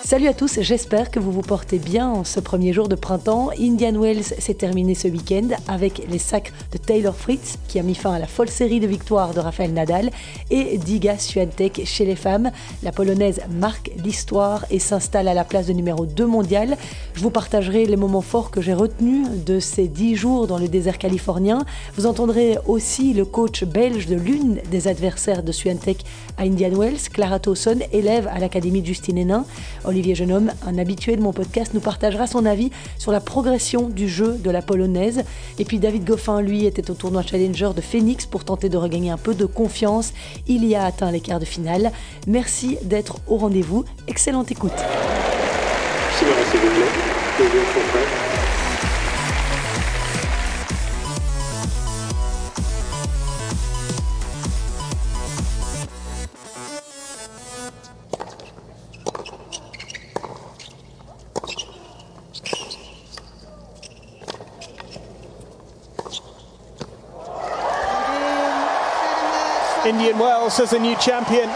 Salut à tous, j'espère que vous vous portez bien en ce premier jour de printemps. Indian Wells s'est terminé ce week-end avec les sacres de Taylor Fritz qui a mis fin à la folle série de victoires de Rafael Nadal et d'Iga Swiatek chez les femmes. La Polonaise marque l'histoire et s'installe à la place de numéro 2 mondial. Je vous partagerai les moments forts que j'ai retenus de ces 10 jours dans le désert californien. Vous entendrez aussi le coach belge de l'une des adversaires de Swiatek à Indian Wells, Clara Towson, élève à l'Académie de Justine Henin. Olivier Jeunhomme, un habitué de mon podcast, nous partagera son avis sur la progression du jeu de la Polonaise. Et puis David Goffin, lui, était au tournoi Challenger de Phoenix pour tenter de regagner un peu de confiance. Il y a atteint les quarts de finale. Merci d'être au rendez-vous. Excellente écoute. S'il vous plaît, les autres sont prêts. Indian Wells as a new champion.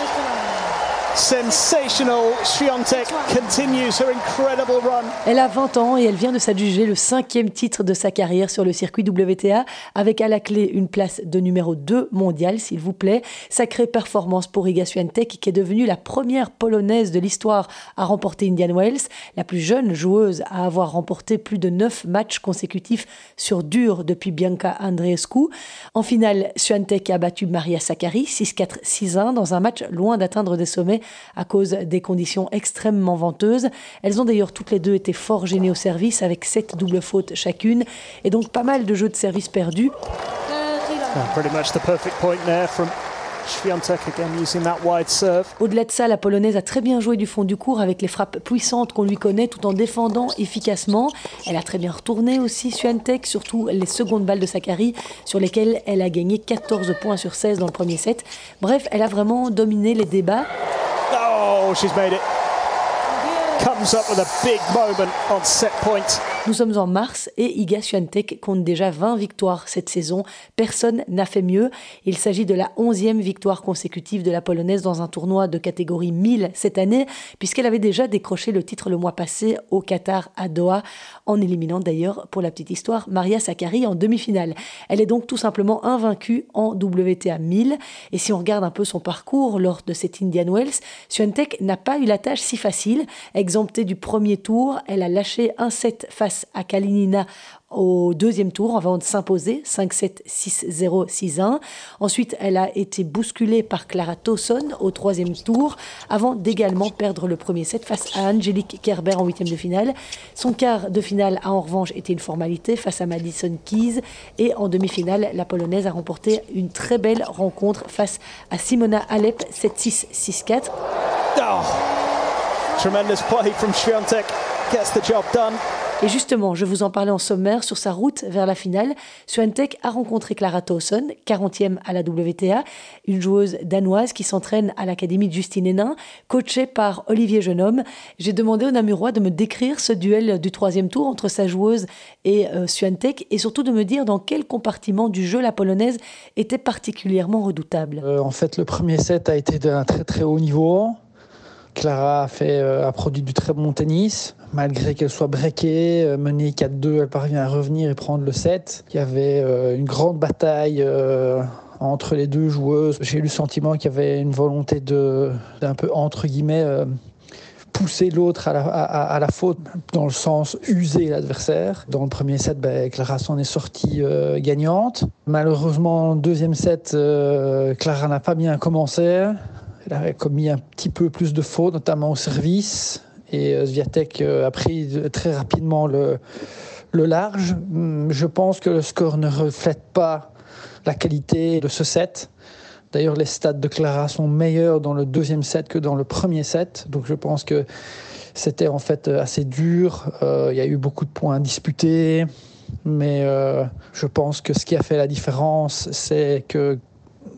Sensational. Swiatek continues her incredible run. Elle a 20 ans et elle vient de s'adjuger le 5e titre de sa carrière sur le circuit WTA avec à la clé une place de numéro 2 mondial, s'il vous plaît. Sacrée performance pour Iga Swiatek qui est devenue la première Polonaise de l'histoire à remporter Indian Wells, la plus jeune joueuse à avoir remporté plus de 9 matchs consécutifs sur dur depuis Bianca Andreescu. En finale, Swiatek a battu Maria Sakkari 6-4, 6-1 dans un match loin d'atteindre des sommets à cause des conditions extrêmement venteuses. Elles ont d'ailleurs toutes les deux été fort gênées au service avec 7 doubles fautes chacune et donc pas mal de jeux de service perdus. Pretty much the perfect point there from Swiatek again using that wide serve. Au-delà de ça, la Polonaise a très bien joué du fond du court avec les frappes puissantes qu'on lui connaît tout en défendant efficacement. Elle a très bien retourné aussi Swiatek, surtout les secondes balles de Sakkari sur lesquelles elle a gagné 14 points sur 16 dans le premier set. Bref, elle a vraiment dominé les débats. Oh, she's made it. Comes up with a big moment on set point. Nous sommes en mars et Iga Swiatek compte déjà 20 victoires cette saison. Personne n'a fait mieux. Il s'agit de la 11e victoire consécutive de la Polonaise dans un tournoi de catégorie 1000 cette année, puisqu'elle avait déjà décroché le titre le mois passé au Qatar à Doha, en éliminant d'ailleurs, pour la petite histoire, Maria Sakkari en demi-finale. Elle est donc tout simplement invaincue en WTA 1000. Et si on regarde un peu son parcours lors de cet Indian Wells, Swiatek n'a pas eu la tâche si facile. Exemptée du premier tour, elle a lâché un set face à Kalinina au deuxième tour avant de s'imposer 5-7, 6-0, 6-1. Ensuite, elle a été bousculée par Clara Towson au troisième tour avant d'également perdre le premier set face à Angelique Kerber en huitième de finale. Son quart de finale a en revanche été une formalité face à Madison Keys et en demi-finale, la Polonaise a remporté une très belle rencontre face à Simona Halep 7-6, 6-4. Oh, tremendous play from Swiatek. Gets the job done. Et justement, je vous en parlais en sommaire, sur sa route vers la finale, Swiatek a rencontré Clara Towson, 40e à la WTA, une joueuse danoise qui s'entraîne à l'Académie de Justine Henin, coachée par Olivier Jeunhomme. J'ai demandé aux Namurois de me décrire ce duel du troisième tour entre sa joueuse et Swiatek, et surtout de me dire dans quel compartiment du jeu la Polonaise était particulièrement redoutable. En fait, le premier set a été d'un très très haut niveau. Clara a produit du très bon tennis. Malgré qu'elle soit breakée, menée 4-2, elle parvient à revenir et prendre le set. Il y avait une grande bataille entre les deux joueuses. J'ai eu le sentiment qu'il y avait une volonté d'un peu, entre guillemets, pousser l'autre à la faute, dans le sens user l'adversaire. Dans le premier set, Clara s'en est sortie gagnante. Malheureusement, le deuxième set, Clara n'a pas bien commencé. Elle avait commis un petit peu plus de fautes, notamment au service. Et Swiatek a pris très rapidement le large. Je pense que le score ne reflète pas la qualité de ce set. D'ailleurs, les stats de Clara sont meilleurs dans le deuxième set que dans le premier set. Donc je pense que c'était en fait assez dur. Il y a eu beaucoup de points disputés. Mais je pense que ce qui a fait la différence, c'est que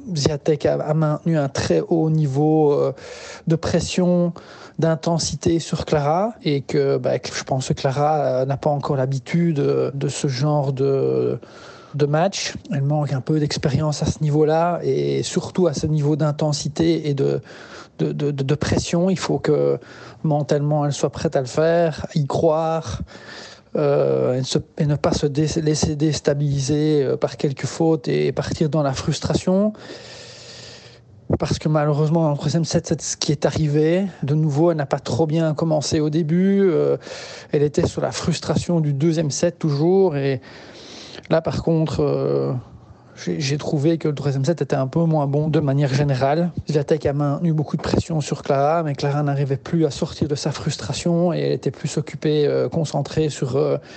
Swiatek a maintenu un très haut niveau de pression, d'intensité sur Clara et que je pense que Clara n'a pas encore l'habitude de ce genre de match. Elle manque un peu d'expérience à ce niveau-là et surtout à ce niveau d'intensité et de pression. Il faut que mentalement elle soit prête à le faire, y croire et ne pas se laisser déstabiliser par quelques fautes et partir dans la frustration. Parce que malheureusement, dans le troisième set, c'est ce qui est arrivé. De nouveau, elle n'a pas trop bien commencé au début. Elle était sur la frustration du deuxième set toujours. Et là, par contre, j'ai trouvé que le troisième set était un peu moins bon de manière générale. Swiatek a maintenu beaucoup de pression sur Clara, mais Clara n'arrivait plus à sortir de sa frustration et elle était plus occupée, concentrée sur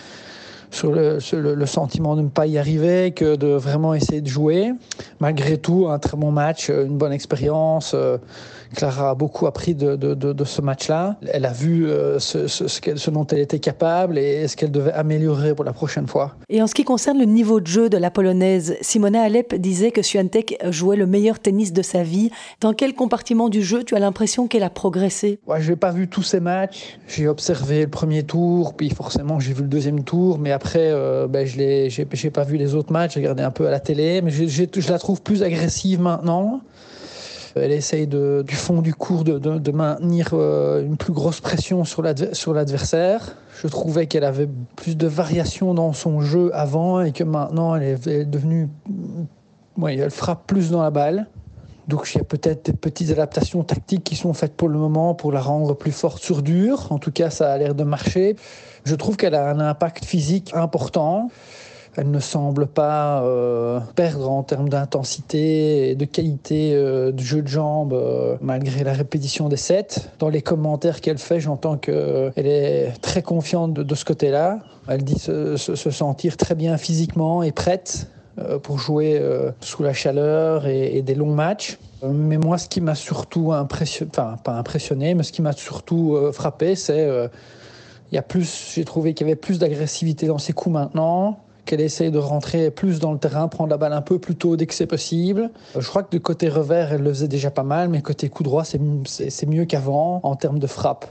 le sentiment de ne pas y arriver que de vraiment essayer de jouer. Malgré tout, un très bon match, une bonne expérience. Clara a beaucoup appris de ce match-là. Elle a vu ce dont elle était capable et ce qu'elle devait améliorer pour la prochaine fois. Et en ce qui concerne le niveau de jeu de la Polonaise, Simona Halep disait que Swiatek jouait le meilleur tennis de sa vie. Dans quel compartiment du jeu tu as l'impression qu'elle a progressé ? Je n'ai pas vu tous ces matchs. J'ai observé le premier tour, puis forcément j'ai vu le deuxième tour, mais après j'ai pas vu les autres matchs. J'ai regardé un peu à la télé, mais je la trouve plus agressive maintenant. Elle essaye du fond du court de maintenir une plus grosse pression sur l'adversaire. Je trouvais qu'elle avait plus de variations dans son jeu avant et que maintenant elle est devenue... elle frappe plus dans la balle. Donc il y a peut-être des petites adaptations tactiques qui sont faites pour le moment pour la rendre plus forte sur dur. En tout cas, ça a l'air de marcher. Je trouve qu'elle a un impact physique important. Elle ne semble pas perdre en termes d'intensité et de qualité de jeu de jambes malgré la répétition des sets. Dans les commentaires qu'elle fait, j'entends qu'elle est très confiante de ce côté-là. Elle dit se sentir très bien physiquement et prête pour jouer sous la chaleur et des longs matchs. Mais moi, ce qui m'a surtout impressionné, mais ce qui m'a surtout frappé, c'est j'ai trouvé qu'il y avait plus d'agressivité dans ses coups maintenant, qu'elle essaye de rentrer plus dans le terrain, prendre la balle un peu plus tôt dès que c'est possible. Je crois que de côté revers, elle le faisait déjà pas mal, mais côté coup droit, c'est mieux qu'avant en termes de frappe.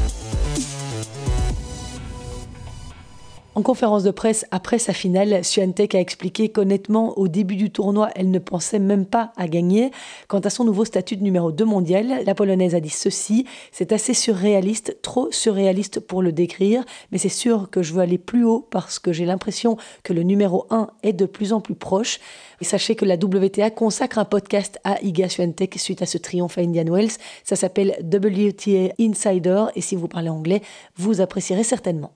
En conférence de presse après sa finale, Swiatek a expliqué qu'honnêtement, au début du tournoi, elle ne pensait même pas à gagner. Quant à son nouveau statut de numéro 2 mondial, la Polonaise a dit ceci: « C'est assez surréaliste, trop surréaliste pour le décrire, mais c'est sûr que je veux aller plus haut parce que j'ai l'impression que le numéro 1 est de plus en plus proche. » Et sachez que la WTA consacre un podcast à Iga Swiatek suite à ce triomphe à Indian Wells. Ça s'appelle WTA Insider et si vous parlez anglais, vous apprécierez certainement.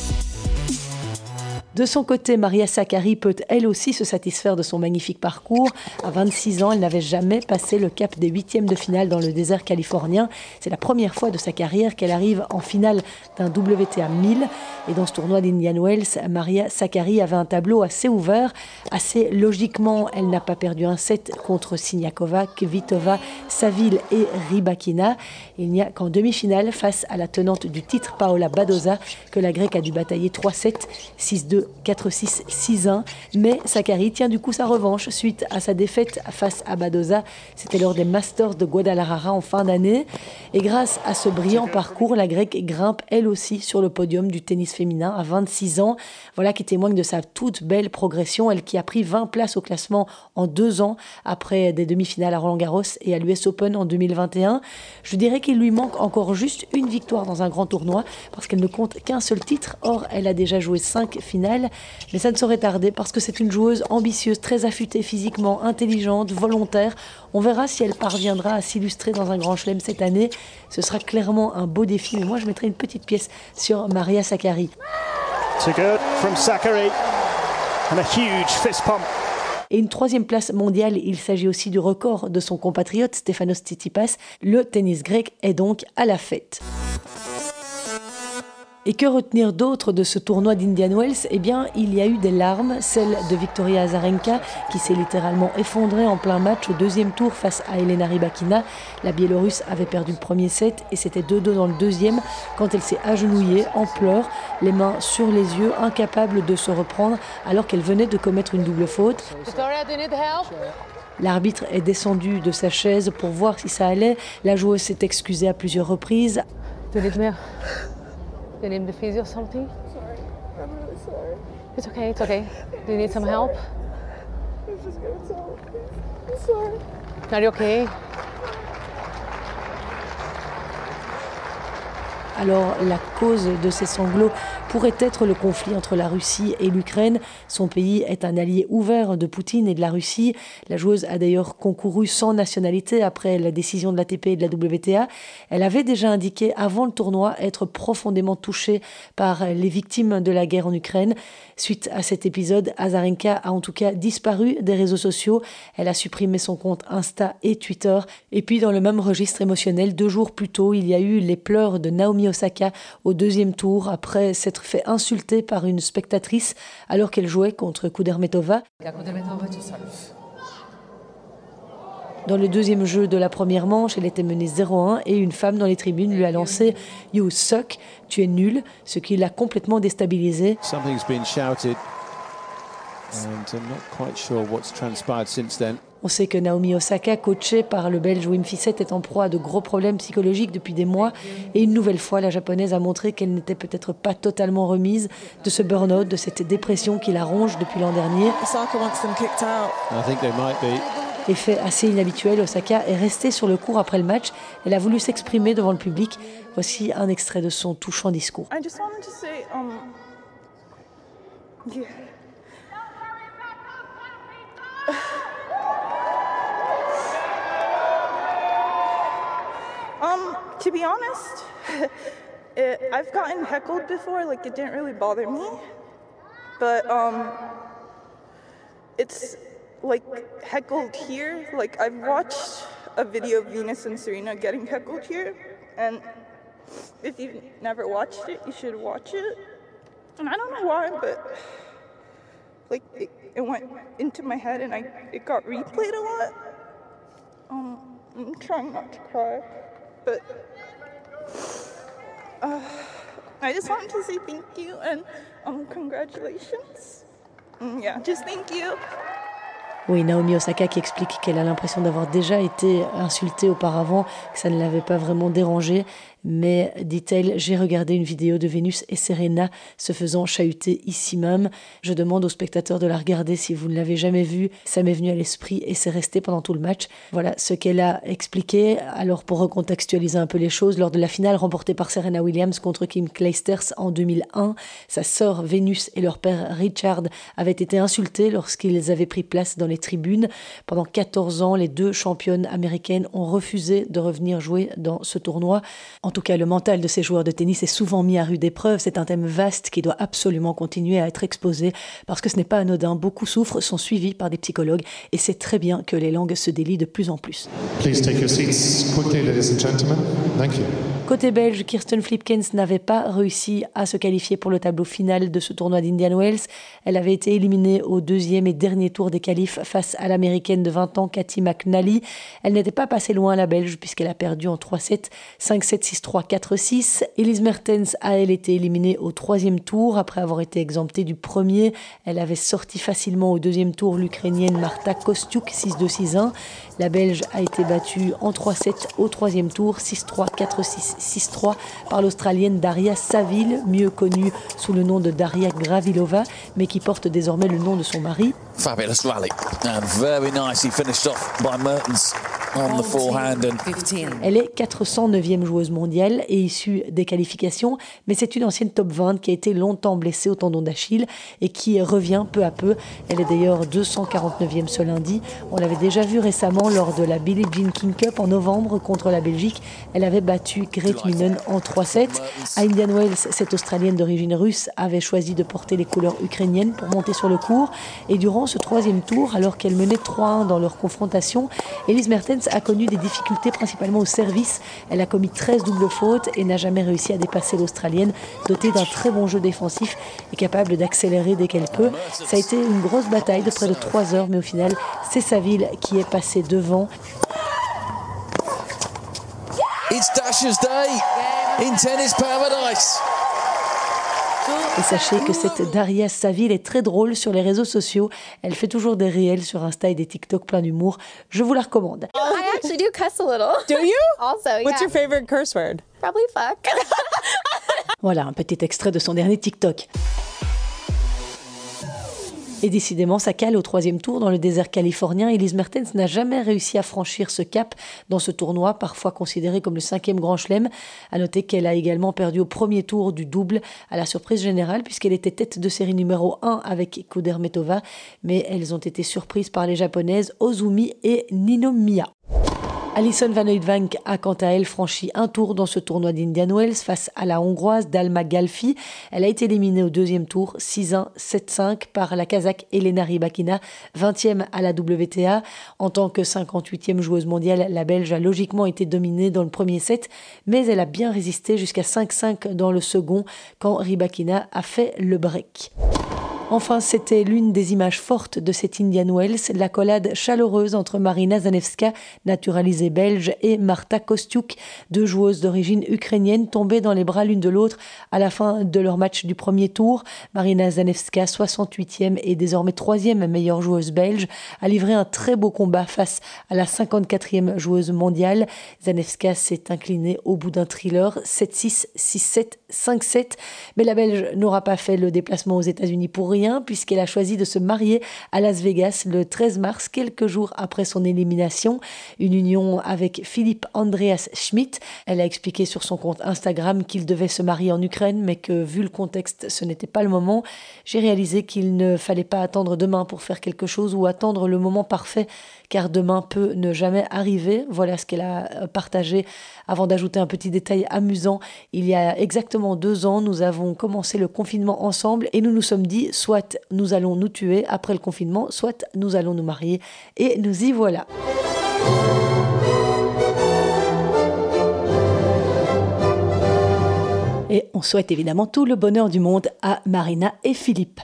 De son côté, Maria Sakkari peut elle aussi se satisfaire de son magnifique parcours. À 26 ans, elle n'avait jamais passé le cap des 8e de finale dans le désert californien. C'est la première fois de sa carrière qu'elle arrive en finale d'un WTA 1000. Et dans ce tournoi d'Indian Wells, Maria Sakkari avait un tableau assez ouvert. Assez logiquement, elle n'a pas perdu un set contre Siniakova, Kvitova, Saville et Rybakina. Il n'y a qu'en demi-finale, face à la tenante du titre, Paola Badosa, que la Grecque a dû batailler 3-7, 6-2, 4-6, 6-1. Mais Sakkari tient du coup sa revanche suite à sa défaite face à Badosa. C'était lors des Masters de Guadalajara en fin d'année. Et grâce à ce brillant parcours, la Grecque grimpe elle aussi sur le podium du tennis féminin à 26 ans. Voilà qui témoigne de sa toute belle progression. Elle qui a pris 20 places au classement en 2 ans après des demi-finales à Roland-Garros et à l'US Open en 2021. Je dirais qu'il lui manque encore juste une victoire dans un grand tournoi parce qu'elle ne compte qu'un seul titre. Or, elle a déjà joué 5 finales. Mais ça ne saurait tarder parce que c'est une joueuse ambitieuse, très affûtée physiquement, intelligente, volontaire. On verra si elle parviendra à s'illustrer dans un grand chelem cette année. Ce sera clairement un beau défi. Mais moi, je mettrai une petite pièce sur Maria Sakkari. Too good from Sakkari. And a huge fist pump. Et une 3e place mondiale, il s'agit aussi du record de son compatriote Stefanos Tsitsipas. Le tennis grec est donc à la fête. Et que retenir d'autre de ce tournoi d'Indian Wells ? Eh bien, il y a eu des larmes, celle de Victoria Azarenka, qui s'est littéralement effondrée en plein match au 2e tour face à Elena Rybakina. La Biélorusse avait perdu le premier set et c'était 2-2 dans le 2e quand elle s'est agenouillée en pleurs, les mains sur les yeux, incapable de se reprendre alors qu'elle venait de commettre une double faute. Victoria, do you need help? L'arbitre est descendu de sa chaise pour voir si ça allait. La joueuse s'est excusée à plusieurs reprises. Do you need the physio or something? Sorry. I'm really sorry. It's okay, it's okay. Do you need some help? I'm just gonna tell him. I'm sorry. Are you okay? Alors, la cause de ces sanglots pourrait être le conflit entre la Russie et l'Ukraine. Son pays est un allié ouvert de Poutine et de la Russie. La joueuse a d'ailleurs concouru sans nationalité après la décision de l'ATP et de la WTA. Elle avait déjà indiqué avant le tournoi être profondément touchée par les victimes de la guerre en Ukraine. Suite à cet épisode, Azarenka a en tout cas disparu des réseaux sociaux. Elle a supprimé son compte Insta et Twitter. Et puis, dans le même registre émotionnel, 2 jours plus tôt, il y a eu les pleurs de Naomi Osaka au 2e tour après s'être fait insulter par une spectatrice alors qu'elle jouait contre Kudermetova. Dans le 2e jeu de la première manche, elle était menée 0-1 et une femme dans les tribunes lui a lancé « You suck », tu es nul, ce qui l'a complètement déstabilisée. Something's been shouted and I'm not quite sure what's transpired since then. On sait que Naomi Osaka, coachée par le Belge Wim Fissette, est en proie à de gros problèmes psychologiques depuis des mois. Et une nouvelle fois, la Japonaise a montré qu'elle n'était peut-être pas totalement remise de ce burn-out, de cette dépression qui la ronge depuis l'an dernier. Effet assez inhabituel, Osaka est restée sur le court après le match. Elle a voulu s'exprimer devant le public. Voici un extrait de son touchant discours. To be honest, I've gotten heckled before, like it didn't really bother me, but it's like heckled here. Like I've watched a video of Venus and Serena getting heckled here, and if you've never watched it, you should watch it. And I don't know why, but like it went into my head and it got replayed a lot. I'm trying not to cry. But I just wanted to say thank you and congratulations. Yeah, just thank you. Oui, Naomi Osaka qui explique qu'elle a l'impression d'avoir déjà été insultée auparavant, que ça ne l'avait pas vraiment dérangée. Mais, dit-elle, j'ai regardé une vidéo de Vénus et Serena se faisant chahuter ici même. Je demande aux spectateurs de la regarder si vous ne l'avez jamais vue. Ça m'est venu à l'esprit et c'est resté pendant tout le match. Voilà ce qu'elle a expliqué. Alors, pour recontextualiser un peu les choses, lors de la finale remportée par Serena Williams contre Kim Clijsters en 2001, sa sœur Vénus et leur père Richard avaient été insultés lorsqu'ils avaient pris place dans les tribunes. Pendant 14 ans, les 2 championnes américaines ont refusé de revenir jouer dans ce tournoi. En tout cas, le mental de ces joueurs de tennis est souvent mis à rude épreuve. C'est un thème vaste qui doit absolument continuer à être exposé parce que ce n'est pas anodin. Beaucoup souffrent, sont suivis par des psychologues et c'est très bien que les langues se délient de plus en plus. Please take your seats quickly, ladies and gentlemen. Thank you. Côté belge, Kirsten Flipkens n'avait pas réussi à se qualifier pour le tableau final de ce tournoi d'Indian Wells. Elle avait été éliminée au 2e et dernier tour des qualifs face à l'américaine de 20 ans, Cathy McNally. Elle n'était pas passée loin, la belge, puisqu'elle a perdu en 3-7, 5-7, 6-3, 4-6. Elise Mertens a, elle, été éliminée au 3e tour après avoir été exemptée du premier. Elle avait sorti facilement au 2e tour l'Ukrainienne Marta Kostyuk, 6-2, 6-1. La belge a été battue en 3-7 au 3e tour, 6-3, 4-6, 6-3 par l'Australienne Daria Saville, mieux connue sous le nom de Daria Gravilova, mais qui porte désormais le nom de son mari. Fabulous rally and very nicely finished off by Mertens on the forehand. Elle est 409e joueuse mondiale et issue des qualifications, mais c'est une ancienne top 20 qui a été longtemps blessée au tendon d'Achille et qui revient peu à peu. Elle est d'ailleurs 249e ce lundi. On l'avait déjà vu récemment lors de la Billie Jean King Cup en novembre contre la Belgique. Elle avait battu Grete Minen en 3-7. À Indian Wells, cette Australienne d'origine russe avait choisi de porter les couleurs ukrainiennes pour monter sur le court. Et durant ce 3e tour, alors qu'elle menait 3-1 dans leur confrontation, Elise Mertens a connu des difficultés principalement au service. Elle a commis 13 doubles fautes et n'a jamais réussi à dépasser l'Australienne, dotée d'un très bon jeu défensif et capable d'accélérer dès qu'elle peut. Ça a été une grosse bataille de près de 3 heures, mais au final, c'est Saville qui est passée devant. It's Dasha's day in tennis paradise. Et sachez que cette Daria Saville est très drôle sur les réseaux sociaux. Elle fait toujours des réels sur Insta et des TikTok plein d'humour. Je vous la recommande. I actually do cuss a little. Do you? Also, yeah. What's your favorite curse word? Probably fuck. Voilà, un petit extrait de son dernier TikTok. Et décidément, ça cale au 3e tour dans le désert californien. Elise Mertens n'a jamais réussi à franchir ce cap dans ce tournoi, parfois considéré comme le 5e grand chelem. À noter qu'elle a également perdu au 1er tour du double, à la surprise générale, puisqu'elle était tête de série numéro 1 avec Kudermetova. Mais elles ont été surprises par les japonaises Ozumi et Ninomiya. Alison Van Uytvanck a quant à elle franchi un tour dans ce tournoi d'Indian Wells face à la Hongroise Dalma Galfi. Elle a été éliminée au 2e tour, 6-1, 7-5 par la Kazakh Elena Rybakina, 20e à la WTA. En tant que 58e joueuse mondiale, la Belge a logiquement été dominée dans le premier set, mais elle a bien résisté jusqu'à 5-5 dans le second quand Rybakina a fait le break. Enfin, c'était l'une des images fortes de cet Indian Wells, l'accolade chaleureuse entre Marina Zanevska, naturalisée belge, et Marta Kostyuk, deux joueuses d'origine ukrainienne tombées dans les bras l'une de l'autre à la fin de leur match du premier tour. Marina Zanevska, 68e et désormais 3e meilleure joueuse belge, a livré un très beau combat face à la 54e joueuse mondiale. Zanevska s'est inclinée au bout d'un thriller, 7-6, 6-7, 5-7, mais la Belge n'aura pas fait le déplacement aux États-Unis pour rien, puisqu'elle a choisi de se marier à Las Vegas le 13 mars, quelques jours après son élimination. Une union avec Philippe Andreas Schmidt. Elle a expliqué sur son compte Instagram qu'il devait se marier en Ukraine, mais que vu le contexte, ce n'était pas le moment. J'ai réalisé qu'il ne fallait pas attendre demain pour faire quelque chose ou attendre le moment parfait, car demain peut ne jamais arriver. Voilà ce qu'elle a partagé avant d'ajouter un petit détail amusant. Il y a exactement 2 ans, nous avons commencé le confinement ensemble et nous nous sommes dit soit nous allons nous tuer après le confinement, soit nous allons nous marier. Et nous y voilà. Et on souhaite évidemment tout le bonheur du monde à Marina et Philippe.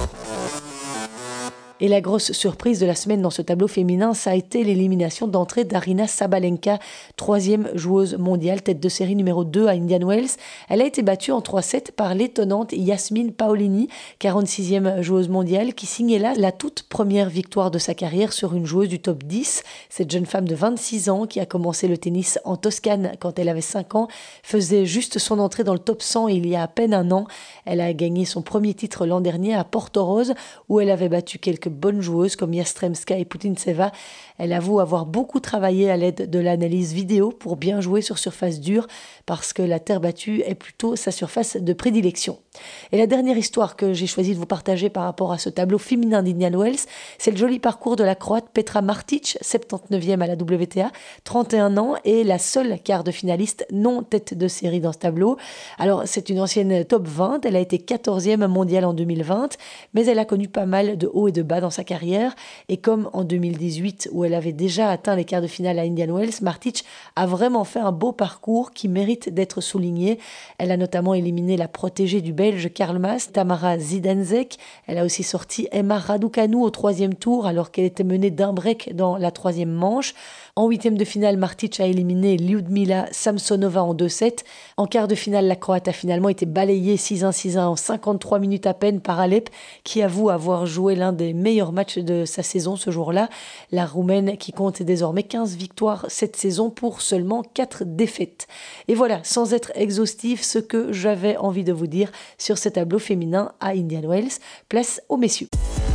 Et la grosse surprise de la semaine dans ce tableau féminin, ça a été l'élimination d'entrée d'Aryna Sabalenka, 3e joueuse mondiale, tête de série numéro 2 à Indian Wells. Elle a été battue en 3-7 par l'étonnante Yasmine Paolini, 46e joueuse mondiale, qui signait là la toute première victoire de sa carrière sur une joueuse du top 10. Cette jeune femme de 26 ans, qui a commencé le tennis en Toscane quand elle avait 5 ans, faisait juste son entrée dans le top 100 il y a à peine un an. Elle a gagné son premier titre l'an dernier à Porto Rose, où elle avait battu quelques bonnes joueuses comme Yastremska et Putintseva. Elle avoue avoir beaucoup travaillé à l'aide de l'analyse vidéo pour bien jouer sur surface dure, parce que la terre battue est plutôt sa surface de prédilection. Et la dernière histoire que j'ai choisi de vous partager par rapport à ce tableau féminin d'Indian Wells, c'est le joli parcours de la Croate Petra Martic, 79e à la WTA, 31 ans, et la seule quart de finaliste non tête de série dans ce tableau. Alors, c'est une ancienne top 20, elle a été 14e mondiale en 2020, mais elle a connu pas mal de hauts et de bas dans sa carrière, et comme en 2018, où elle avait déjà atteint les quarts de finale à Indian Wells, Martic a vraiment fait un beau parcours qui mérite d'être souligné. Elle a notamment éliminé la protégée du Belge Karl Mas, Tamara Zidanšek. Elle a aussi sorti Emma Raducanu au 3e tour, alors qu'elle était menée d'un break dans la 3e manche. En 8e de finale, Martic a éliminé Lyudmila Samsonova en 2-7. En quart de finale, la Croate a finalement été balayée 6-1, 6-1 en 53 minutes à peine par Alep, qui avoue avoir joué l'un des meilleurs matchs de sa saison ce jour-là. La Roumaine qui compte désormais 15 victoires cette saison pour seulement 4 défaites. Et voilà, sans être exhaustif, ce que j'avais envie de vous dire sur ce tableau féminin à Indian Wells. Place aux messieurs.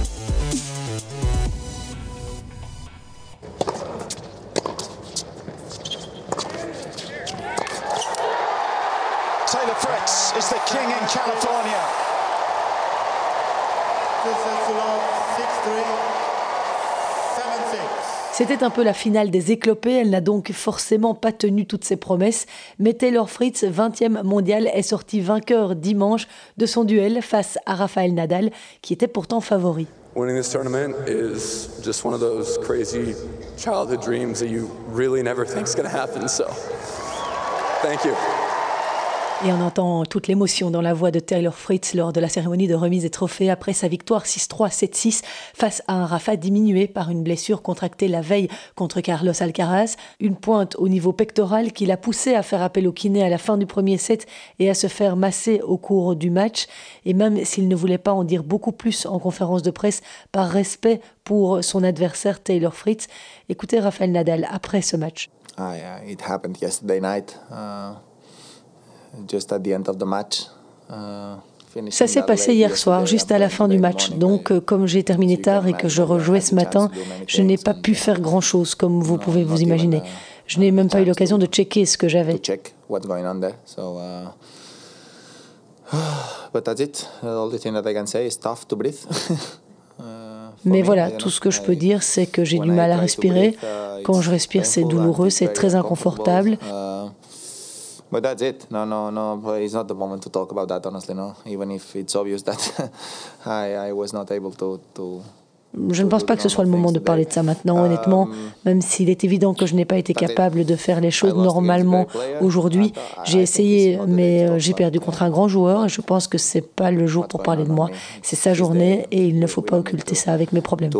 Taylor Fritz is the king in California. C'était un peu la finale des éclopés, elle n'a donc forcément pas tenu toutes ses promesses, mais Taylor Fritz, 20e mondial, est sorti vainqueur dimanche de son duel face à Rafael Nadal, qui était pourtant favori. Winning this tournament is just one of those crazy childhood dreams that you really never think is going to happen, so thank you. Et on entend toute l'émotion dans la voix de Taylor Fritz lors de la cérémonie de remise des trophées après sa victoire 6-3, 7-6 face à un Rafa diminué par une blessure contractée la veille contre Carlos Alcaraz. Une pointe au niveau pectoral qui l'a poussé à faire appel au kiné à la fin du premier set et à se faire masser au cours du match. Et même s'il ne voulait pas en dire beaucoup plus en conférence de presse par respect pour son adversaire Taylor Fritz, écoutez Rafael Nadal après ce match. It happened yesterday night. Just at the end of the match. Ça s'est passé hier soir, juste à la fin du match. Donc, comme j'ai terminé tard et que je rejouais ce matin, je n'ai pas pu faire grand-chose, comme vous pouvez vous imaginer. Je n'ai même pas eu l'occasion de checker ce que j'avais. Mais voilà, tout ce que je peux dire, c'est que j'ai du mal à respirer. Quand je respire, c'est douloureux, c'est très inconfortable. But that's it. No. It's not the moment to talk about that, honestly, no. Even if it's obvious that I was not able to. Je ne pense pas que ce soit le moment de parler de ça maintenant, honnêtement, même s'il est évident que je n'ai pas été capable de faire les choses normalement aujourd'hui. J'ai essayé, mais j'ai perdu contre un grand joueur et je pense que c'est pas le jour pour parler de moi. C'est sa journée et il ne faut pas occulter ça avec mes problèmes.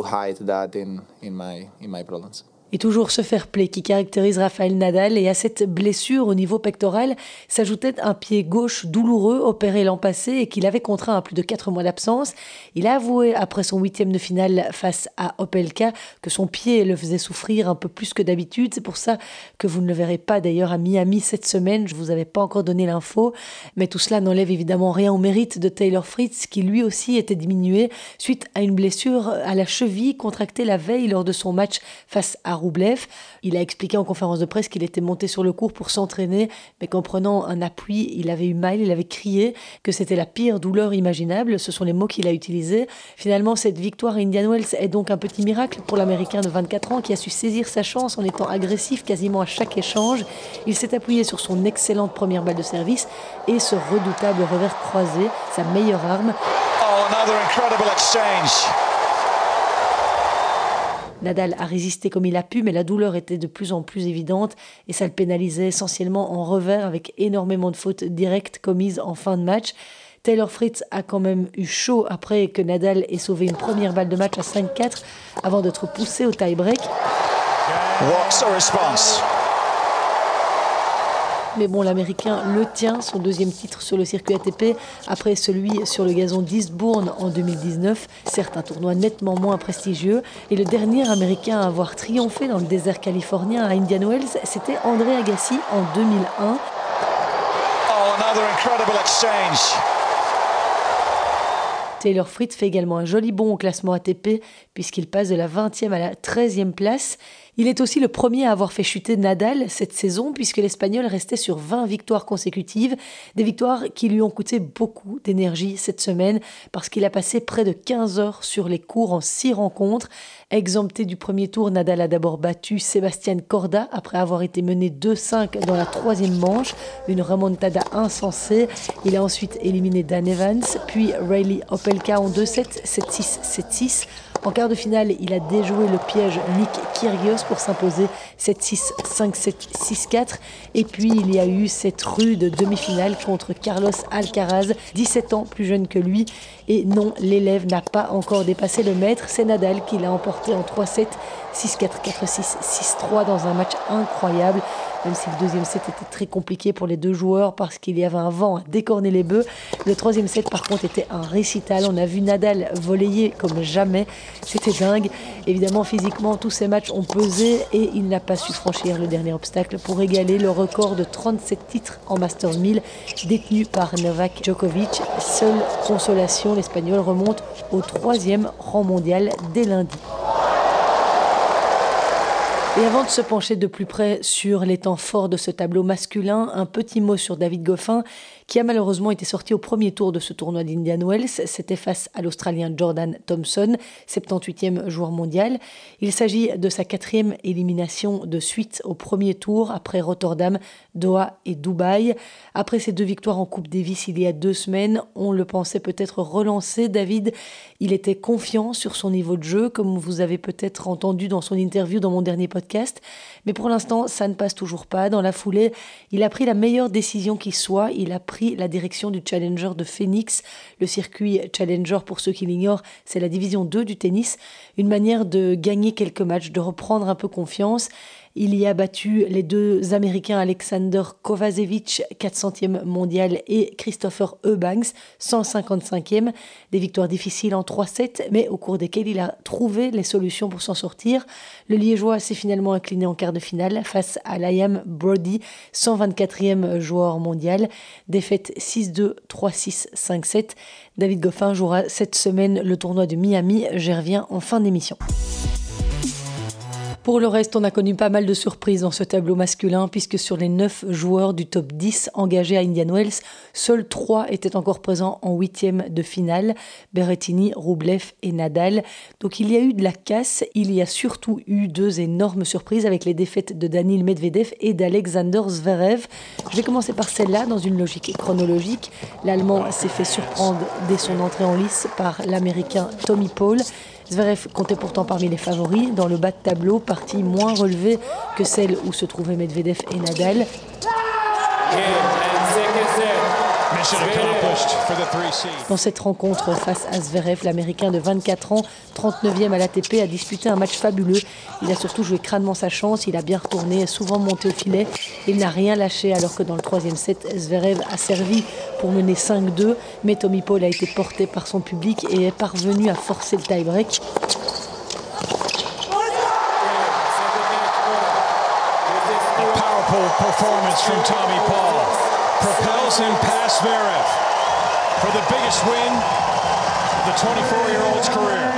Et toujours ce fair-play qui caractérise Rafael Nadal, et à cette blessure au niveau pectoral s'ajoutait un pied gauche douloureux opéré l'an passé et qu'il avait contraint à plus de 4 mois d'absence. Il a avoué après son 8e de finale face à Opelka que son pied le faisait souffrir un peu plus que d'habitude. C'est pour ça que vous ne le verrez pas d'ailleurs à Miami cette semaine. Je vous avais pas encore donné l'info, mais tout cela n'enlève évidemment rien au mérite de Taylor Fritz qui lui aussi était diminué suite à une blessure à la cheville contractée la veille lors de son match face à Roublev. Il a expliqué en conférence de presse qu'il était monté sur le court pour s'entraîner, mais qu'en prenant un appui, il avait eu mal, il avait crié que c'était la pire douleur imaginable. Ce sont les mots qu'il a utilisés. Finalement, cette victoire à Indian Wells est donc un petit miracle pour l'Américain de 24 ans qui a su saisir sa chance en étant agressif quasiment à chaque échange. Il s'est appuyé sur son excellente première balle de service et ce redoutable revers croisé, sa meilleure arme. Oh, another incredible exchange. Nadal a résisté comme il a pu, mais la douleur était de plus en plus évidente et ça le pénalisait essentiellement en revers avec énormément de fautes directes commises en fin de match. Taylor Fritz a quand même eu chaud après que Nadal ait sauvé une première balle de match à 5-4 avant d'être poussé au tie-break. What's a response? Mais bon, l'Américain le tient, son 2e titre sur le circuit ATP, après celui sur le gazon d'Eastbourne en 2019, certes un tournoi nettement moins prestigieux. Et le dernier Américain à avoir triomphé dans le désert californien à Indian Wells, c'était André Agassi en 2001. Oh, another incredible exchange. Taylor Fritz fait également un joli bond au classement ATP puisqu'il passe de la 20e à la 13e place. Il est aussi le premier à avoir fait chuter Nadal cette saison puisque l'Espagnol restait sur 20 victoires consécutives. Des victoires qui lui ont coûté beaucoup d'énergie cette semaine parce qu'il a passé près de 15 heures sur les courts en 6 rencontres. Exempté du premier tour, Nadal a d'abord battu Sebastián Corda après avoir été mené 2-5 dans la 3e manche. Une remontada insensée. Il a ensuite éliminé Dan Evans, puis Reilly Opelka en 2-7, 7-6, 7-6. En quart de finale, il a déjoué le piège Nick Kyrgios pour s'imposer 7-6, 5-7, 6-4. Et puis, il y a eu cette rude demi-finale contre Carlos Alcaraz, 17 ans plus jeune que lui. Et non, l'élève n'a pas encore dépassé le maître. C'est Nadal qui l'a emporté en 3-7, 6-4, 4-6, 6-3 dans un match incroyable. Même si le 2e set était très compliqué pour les deux joueurs parce qu'il y avait un vent à décorner les bœufs. Le 3e set, par contre, était un récital. On a vu Nadal volleyer comme jamais. C'était dingue. Évidemment, physiquement, tous ces matchs ont pesé et il n'a pas su franchir le dernier obstacle pour égaler le record de 37 titres en Masters 1000 détenu par Novak Djokovic. Seule consolation, l'Espagnol remonte au 3e rang mondial dès lundi. Et avant de se pencher de plus près sur les temps forts de ce tableau masculin, un petit mot sur David Goffin qui a malheureusement été sorti au premier tour de ce tournoi d'Indian Wells. C'était face à l'Australien Jordan Thompson, 78e joueur mondial. Il s'agit de sa 4e élimination de suite au premier tour après Rotterdam, Doha et Dubaï. Après ses 2 victoires en Coupe Davis il y a 2 semaines, on le pensait peut-être relancé. David, il était confiant sur son niveau de jeu, comme vous avez peut-être entendu dans son interview dans mon dernier podcast. Mais pour l'instant, ça ne passe toujours pas. Dans la foulée, il a pris la meilleure décision qui soit. Il a pris la direction du Challenger de Phoenix. Le circuit Challenger, pour ceux qui l'ignorent, c'est la division 2 du tennis. Une manière de gagner quelques matchs, de reprendre un peu confiance. Il y a battu les 2 Américains Alexander Kovacevic, 400e mondial, et Christopher Eubanks, 155e. Des victoires difficiles en 3-7, mais au cours desquelles il a trouvé les solutions pour s'en sortir. Le Liégeois s'est finalement incliné en quart de finale face à Liam Brody, 124e joueur mondial. Défaite 6-2, 3-6, 5-7. David Goffin jouera cette semaine le tournoi de Miami. J'y reviens en fin d'émission. Pour le reste, on a connu pas mal de surprises dans ce tableau masculin puisque sur les 9 joueurs du top 10 engagés à Indian Wells, seuls 3 étaient encore présents en 8e de finale, Berrettini, Rublev et Nadal. Donc il y a eu de la casse, il y a surtout eu 2 énormes surprises avec les défaites de Daniil Medvedev et d'Alexander Zverev. Je vais commencer par celle-là dans une logique chronologique. L'Allemand s'est fait surprendre dès son entrée en lice par l'Américain Tommy Paul. Zverev comptait pourtant parmi les favoris dans le bas de tableau, partie moins relevée que celle où se trouvaient Medvedev et Nadal. Dans cette rencontre face à Zverev, l'Américain de 24 ans, 39e à l'ATP, a disputé un match fabuleux. Il a surtout joué crânement sa chance, il a bien retourné, souvent monté au filet. Il n'a rien lâché alors que dans le 3e set, Zverev a servi pour mener 5-2. Mais Tommy Paul a été porté par son public et est parvenu à forcer le tie-break. Powerful performance from Tommy Paul propels him past Zverev for the biggest win of the 24-year-old's career.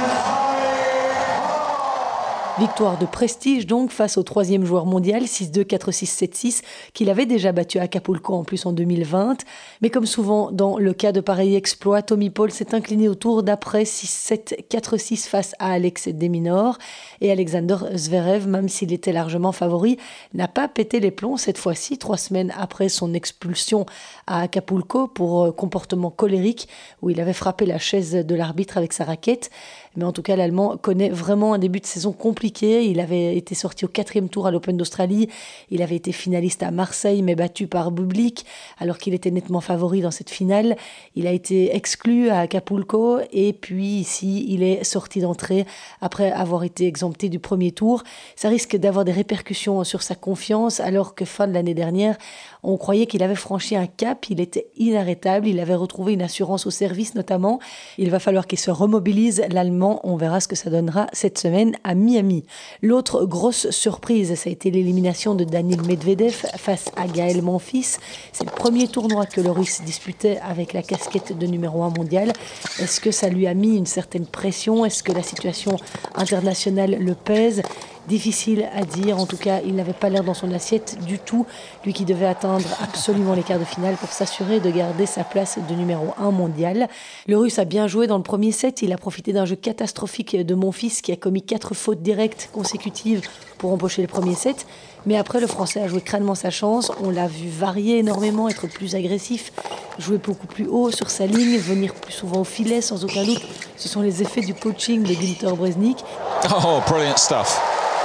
Victoire de prestige donc face au 3e joueur mondial, 6-2, 4-6, 7-6, qu'il avait déjà battu à Acapulco en plus en 2020. Mais comme souvent dans le cas de pareil exploit, Tommy Paul s'est incliné au tour d'après 6-7, 4-6 face à Alex de Minaur. Et Alexander Zverev, même s'il était largement favori, n'a pas pété les plombs cette fois-ci, 3 semaines après son expulsion à Acapulco pour comportement colérique, où il avait frappé la chaise de l'arbitre avec sa raquette. Mais en tout cas, l'Allemand connaît vraiment un début de saison compliqué. Il avait été sorti au 4e tour à l'Open d'Australie. Il avait été finaliste à Marseille, mais battu par Bublik, alors qu'il était nettement favori dans cette finale. Il a été exclu à Acapulco et puis ici, il est sorti d'entrée après avoir été exempté du premier tour. Ça risque d'avoir des répercussions sur sa confiance, alors que fin de l'année dernière, on croyait qu'il avait franchi un cap. Il était inarrêtable. Il avait retrouvé une assurance au service notamment. Il va falloir qu'il se remobilise, l'Allemand. On verra ce que ça donnera cette semaine à Miami. L'autre grosse surprise, ça a été l'élimination de Daniil Medvedev face à Gaël Monfils. C'est le premier tournoi que le Russe disputait avec la casquette de numéro 1 mondial. Est-ce que ça lui a mis une certaine pression? Est-ce que la situation internationale le pèse? Difficile à dire, en tout cas il n'avait pas l'air dans son assiette du tout, lui qui devait atteindre absolument les quarts de finale pour s'assurer de garder sa place de numéro 1 mondial. Le Russe a bien joué dans le premier set, il a profité d'un jeu catastrophique de Monfils qui a commis 4 fautes directes consécutives pour empocher le premier set, mais après le Français a joué crânement sa chance, on l'a vu varier énormément, être plus agressif, jouer beaucoup plus haut sur sa ligne, venir plus souvent au filet sans aucun doute. Ce sont les effets du coaching de Günter Bresnik. Oh, brilliant stuff.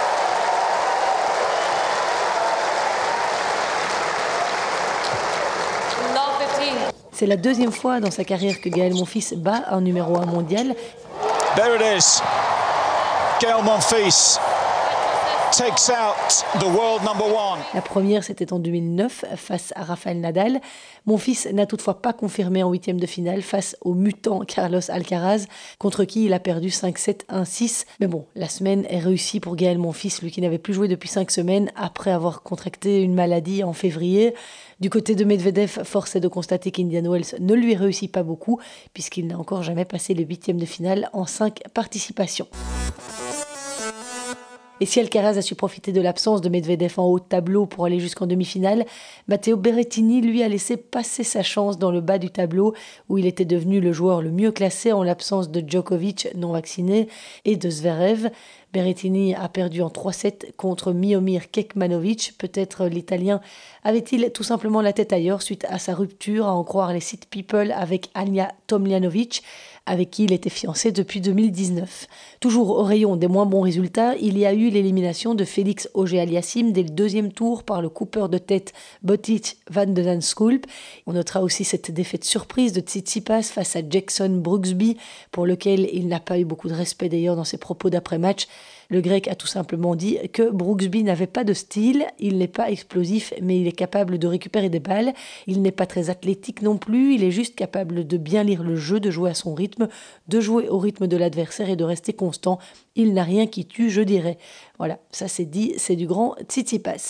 C'est la 2e fois dans sa carrière que Gaël Monfils bat un numéro 1 mondial. There it is. Gaël Monfils takes out the world number 1. La première, c'était en 2009 face à Rafael Nadal. Monfils n'a toutefois pas confirmé en 8e de finale face au mutant Carlos Alcaraz, contre qui il a perdu 5-7, 1-6. Mais bon, la semaine est réussie pour Gaël Monfils, lui qui n'avait plus joué depuis 5 semaines après avoir contracté une maladie en février. Du côté de Medvedev, force est de constater qu'Indian Wells ne lui réussit pas beaucoup, puisqu'il n'a encore jamais passé le 8e de finale en 5 participations. Et si Alcaraz a su profiter de l'absence de Medvedev en haut de tableau pour aller jusqu'en demi-finale, Matteo Berrettini, lui, a laissé passer sa chance dans le bas du tableau où il était devenu le joueur le mieux classé en l'absence de Djokovic non vacciné et de Zverev. Berrettini a perdu en 3-7 contre Miomir Kekmanovic. Peut-être l'Italien avait-il tout simplement la tête ailleurs suite à sa rupture, à en croire les sites People, avec Anja Tomljanovic, avec qui il était fiancé depuis 2019. Toujours au rayon des moins bons résultats, il y a eu l'élimination de Félix Auger-Aliassime dès le deuxième tour par le coupeur de tête Botic van de Zandschulp. On notera aussi cette défaite surprise de Tsitsipas face à Jackson Brooksby, pour lequel il n'a pas eu beaucoup de respect d'ailleurs dans ses propos d'après-match. Le Grec a tout simplement dit que Brooksby n'avait pas de style, il n'est pas explosif mais il est capable de récupérer des balles, il n'est pas très athlétique non plus, il est juste capable de bien lire le jeu, de jouer à son rythme, de jouer au rythme de l'adversaire et de rester constant. Il n'a rien qui tue, je dirais. Voilà, ça c'est dit, c'est du grand Tsitsipas.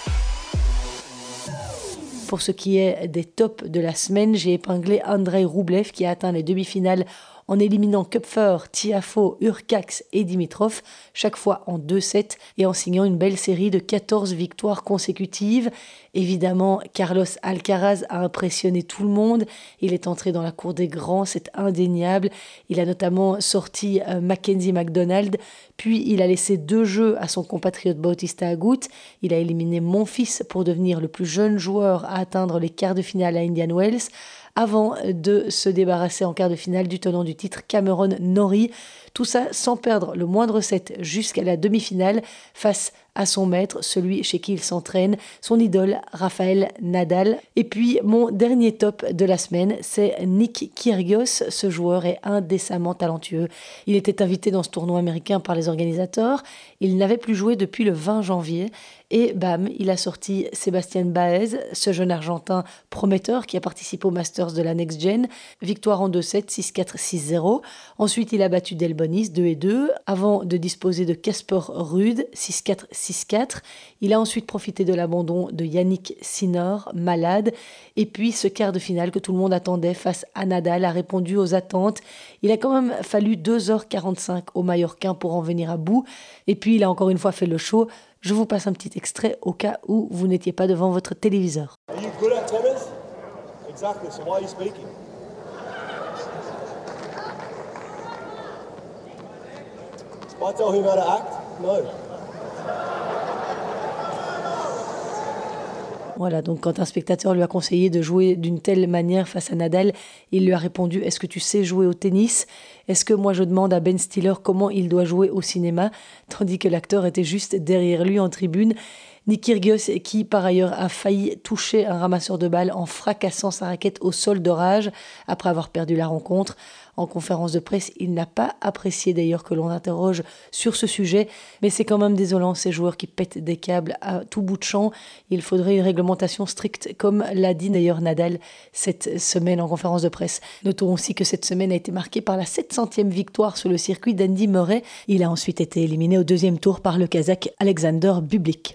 Pour ce qui est des tops de la semaine, j'ai épinglé Andrei Rublev qui a atteint les demi-finales en éliminant Kupfer, Tiafoe, Urcax et Dimitrov, chaque fois en 2-7 et en signant une belle série de 14 victoires consécutives. Évidemment, Carlos Alcaraz a impressionné tout le monde. Il est entré dans la cour des grands, c'est indéniable. Il a notamment sorti Mackenzie McDonald, puis il a laissé 2 jeux à son compatriote Bautista Agut. Il a éliminé Monfils pour devenir le plus jeune joueur à atteindre les quarts de finale à Indian Wells, avant de se débarrasser en quart de finale du tenant du titre Cameron Norrie. Tout ça sans perdre le moindre set jusqu'à la demi-finale face à son maître, celui chez qui il s'entraîne, son idole Rafael Nadal. Et puis mon dernier top de la semaine, c'est Nick Kyrgios. Ce joueur est indécemment talentueux. Il était invité dans ce tournoi américain par les organisateurs. Il n'avait plus joué depuis le 20 janvier. Et bam, il a sorti Sébastien Baez, ce jeune Argentin prometteur qui a participé au Masters de la Next Gen. Victoire en 2-7, 6-4, 6-0. Ensuite, il a battu Delbonis 2-2, avant de disposer de Casper Ruud 6-4, 6-4. Il a ensuite profité de l'abandon de Yannick Sinner, malade. Et puis, ce quart de finale que tout le monde attendait face à Nadal a répondu aux attentes. Il a quand même fallu 2h45 au Mallorquin pour en venir à bout. Et puis, il a encore une fois fait le show. Je vous passe un petit extrait au cas où vous n'étiez pas devant votre téléviseur. Are you good at tennis? Exactly, so why are you speaking? If I tell him how to act? No. Voilà, donc quand un spectateur lui a conseillé de jouer d'une telle manière face à Nadal, il lui a répondu « Est-ce que tu sais jouer au tennis ? Est-ce que moi je demande à Ben Stiller comment il doit jouer au cinéma ?» Tandis que l'acteur était juste derrière lui en tribune. Nick Kyrgios, qui par ailleurs a failli toucher un ramasseur de balles en fracassant sa raquette au sol de rage après avoir perdu la rencontre. En conférence de presse, il n'a pas apprécié d'ailleurs que l'on interroge sur ce sujet, mais c'est quand même désolant ces joueurs qui pètent des câbles à tout bout de champ. Il faudrait une réglementation stricte, comme l'a dit d'ailleurs Nadal cette semaine en conférence de presse. Notons aussi que cette semaine a été marquée par la 700e victoire sur le circuit d'Andy Murray. Il a ensuite été éliminé au deuxième tour par le Kazakh Alexander Bublik.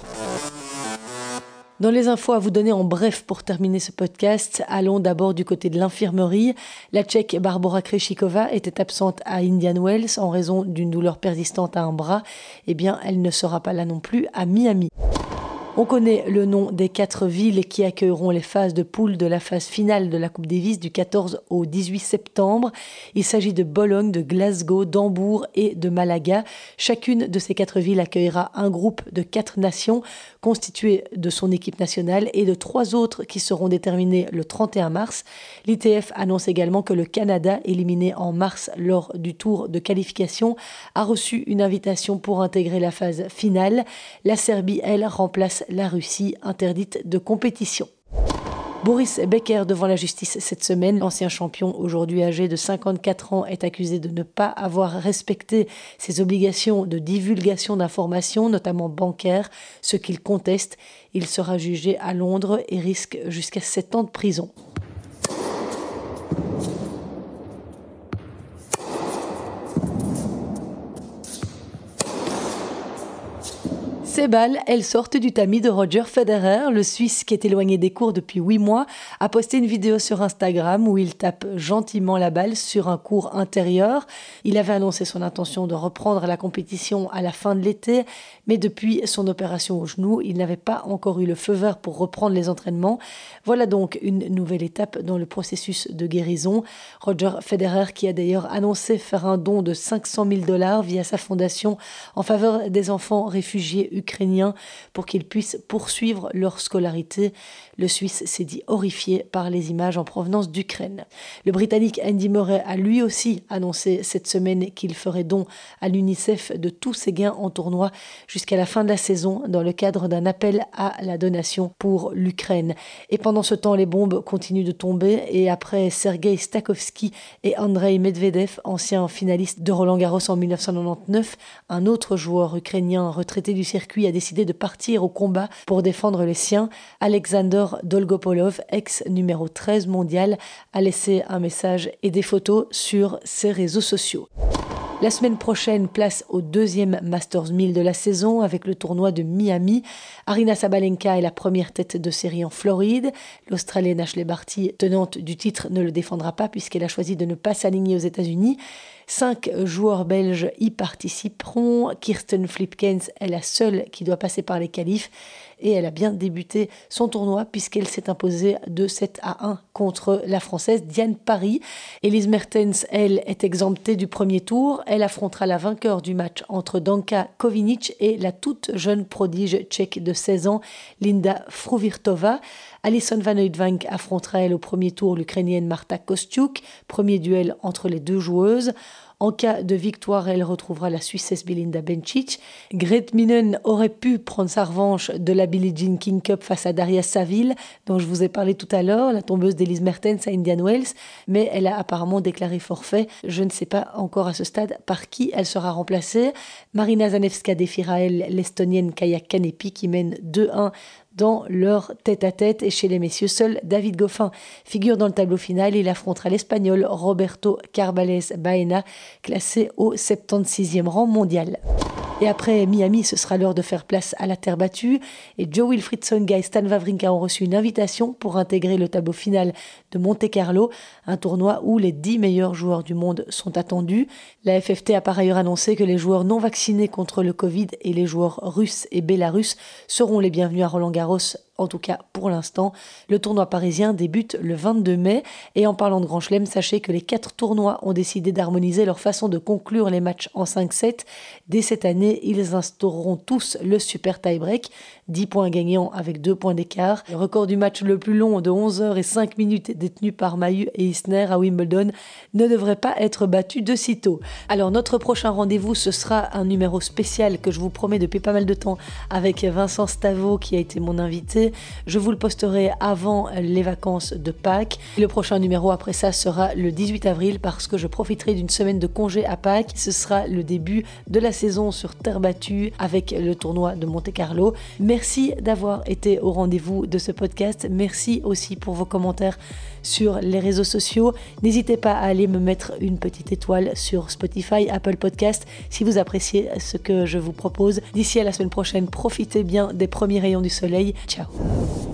Dans les infos à vous donner en bref pour terminer ce podcast, allons d'abord du côté de l'infirmerie. La Tchèque Barbora Krejcikova était absente à Indian Wells en raison d'une douleur persistante à un bras. Eh bien, elle ne sera pas là non plus à Miami. On connaît le nom des 4 villes qui accueilleront les phases de poule de la phase finale de la Coupe Davis du 14 au 18 septembre. Il s'agit de Bologne, de Glasgow, d'Hambourg et de Malaga. Chacune de ces 4 villes accueillera un groupe de 4 nations constitué de son équipe nationale et de 3 autres qui seront déterminés le 31 mars. L'ITF annonce également que le Canada, éliminé en mars lors du tour de qualification, a reçu une invitation pour intégrer la phase finale. La Serbie, elle, remplace la Russie, interdite de compétition. Boris Becker devant la justice cette semaine. L'ancien champion, aujourd'hui âgé de 54 ans, est accusé de ne pas avoir respecté ses obligations de divulgation d'informations, notamment bancaires, ce qu'il conteste. Il sera jugé à Londres et risque jusqu'à 7 ans de prison. Ces balles, elles sortent du tamis de Roger Federer. Le Suisse, qui est éloigné des courts depuis 8 mois, a posté une vidéo sur Instagram où il tape gentiment la balle sur un court intérieur. Il avait annoncé son intention de reprendre la compétition à la fin de l'été, mais depuis son opération au genou, il n'avait pas encore eu le feu vert pour reprendre les entraînements. Voilà donc une nouvelle étape dans le processus de guérison. Roger Federer, qui a d'ailleurs annoncé faire un don de $500 000 via sa fondation en faveur des enfants réfugiés ukrainiens pour qu'ils puissent poursuivre leur scolarité. Le Suisse s'est dit horrifié par les images en provenance d'Ukraine. Le Britannique Andy Murray a lui aussi annoncé cette semaine qu'il ferait don à l'UNICEF de tous ses gains en tournoi jusqu'à la fin de la saison dans le cadre d'un appel à la donation pour l'Ukraine. Et pendant ce temps, les bombes continuent de tomber et après Sergei Stakhovski et Andrei Medvedev, anciens finalistes de Roland-Garros en 1999, un autre joueur ukrainien retraité du circuit a décidé de partir au combat pour défendre les siens. Alexander Dolgopolov, ex numéro 13 mondial, a laissé un message et des photos sur ses réseaux sociaux. La semaine prochaine, place au 2e Masters 1000 de la saison avec le tournoi de Miami. Aryna Sabalenka est la première tête de série en Floride. L'Australienne Ashley Barty, tenante du titre, ne le défendra pas puisqu'elle a choisi de ne pas s'aligner aux États-Unis. 5 joueurs belges y participeront. Kirsten Flipkens est la seule qui doit passer par les qualifs et elle a bien débuté son tournoi puisqu'elle s'est imposée de 7-1 contre la Française Diane Parry. Elise Mertens, elle, est exemptée du premier tour. Elle affrontera la vainqueur du match entre Danka Kovinic et la toute jeune prodige tchèque de 16 ans, Linda Fruvirtova. Alison Van Uytvanck affrontera elle au premier tour l'Ukrainienne Marta Kostyuk, premier duel entre les deux joueuses. En cas de victoire, elle retrouvera la Suissesse Belinda Bencic. Grete Minen aurait pu prendre sa revanche de la Billie Jean King Cup face à Daria Saville, dont je vous ai parlé tout à l'heure, la tombeuse d'Elise Mertens à Indian Wells, mais elle a apparemment déclaré forfait. Je ne sais pas encore à ce stade par qui elle sera remplacée. Marina Zanevska défiera elle l'Estonienne Kaia Kanepi qui mène 2-1 dans leur tête-à-tête. Et chez les messieurs, seul David Goffin figure dans le tableau final. Il affrontera l'Espagnol Roberto Carbales Baena, classé au 76e rang mondial. Et après Miami, ce sera l'heure de faire place à la terre battue. Et Joe Wilfried Tsonga et Stan Wawrinka ont reçu une invitation pour intégrer le tableau final de Monte-Carlo, un tournoi où les 10 meilleurs joueurs du monde sont attendus. La FFT a par ailleurs annoncé que les joueurs non vaccinés contre le Covid et les joueurs russes et bélarusses seront les bienvenus à Roland-Garros. En tout cas, pour l'instant, le tournoi parisien débute le 22 mai. Et en parlant de Grand Chelem, sachez que les 4 tournois ont décidé d'harmoniser leur façon de conclure les matchs en 5-7. Dès cette année, ils instaureront tous le super tie-break, 10 points gagnants avec 2 points d'écart. Le record du match le plus long de 11 h et 5 minutes détenu par Mahut et Isner à Wimbledon ne devrait pas être battu de sitôt. Alors notre prochain rendez-vous, ce sera un numéro spécial que je vous promets depuis pas mal de temps avec Vincent Stavo qui a été mon invité. Je vous le posterai avant les vacances de Pâques. Le prochain numéro après ça sera le 18 avril parce que je profiterai d'une semaine de congé à Pâques. Ce sera le début de la saison sur terre battue avec le tournoi de Monte-Carlo. Merci d'avoir été au rendez-vous de ce podcast. Merci aussi pour vos commentaires sur les réseaux sociaux. N'hésitez pas à aller me mettre une petite étoile sur Spotify, Apple Podcast si vous appréciez ce que je vous propose. D'ici à la semaine prochaine, profitez bien des premiers rayons du soleil. Ciao.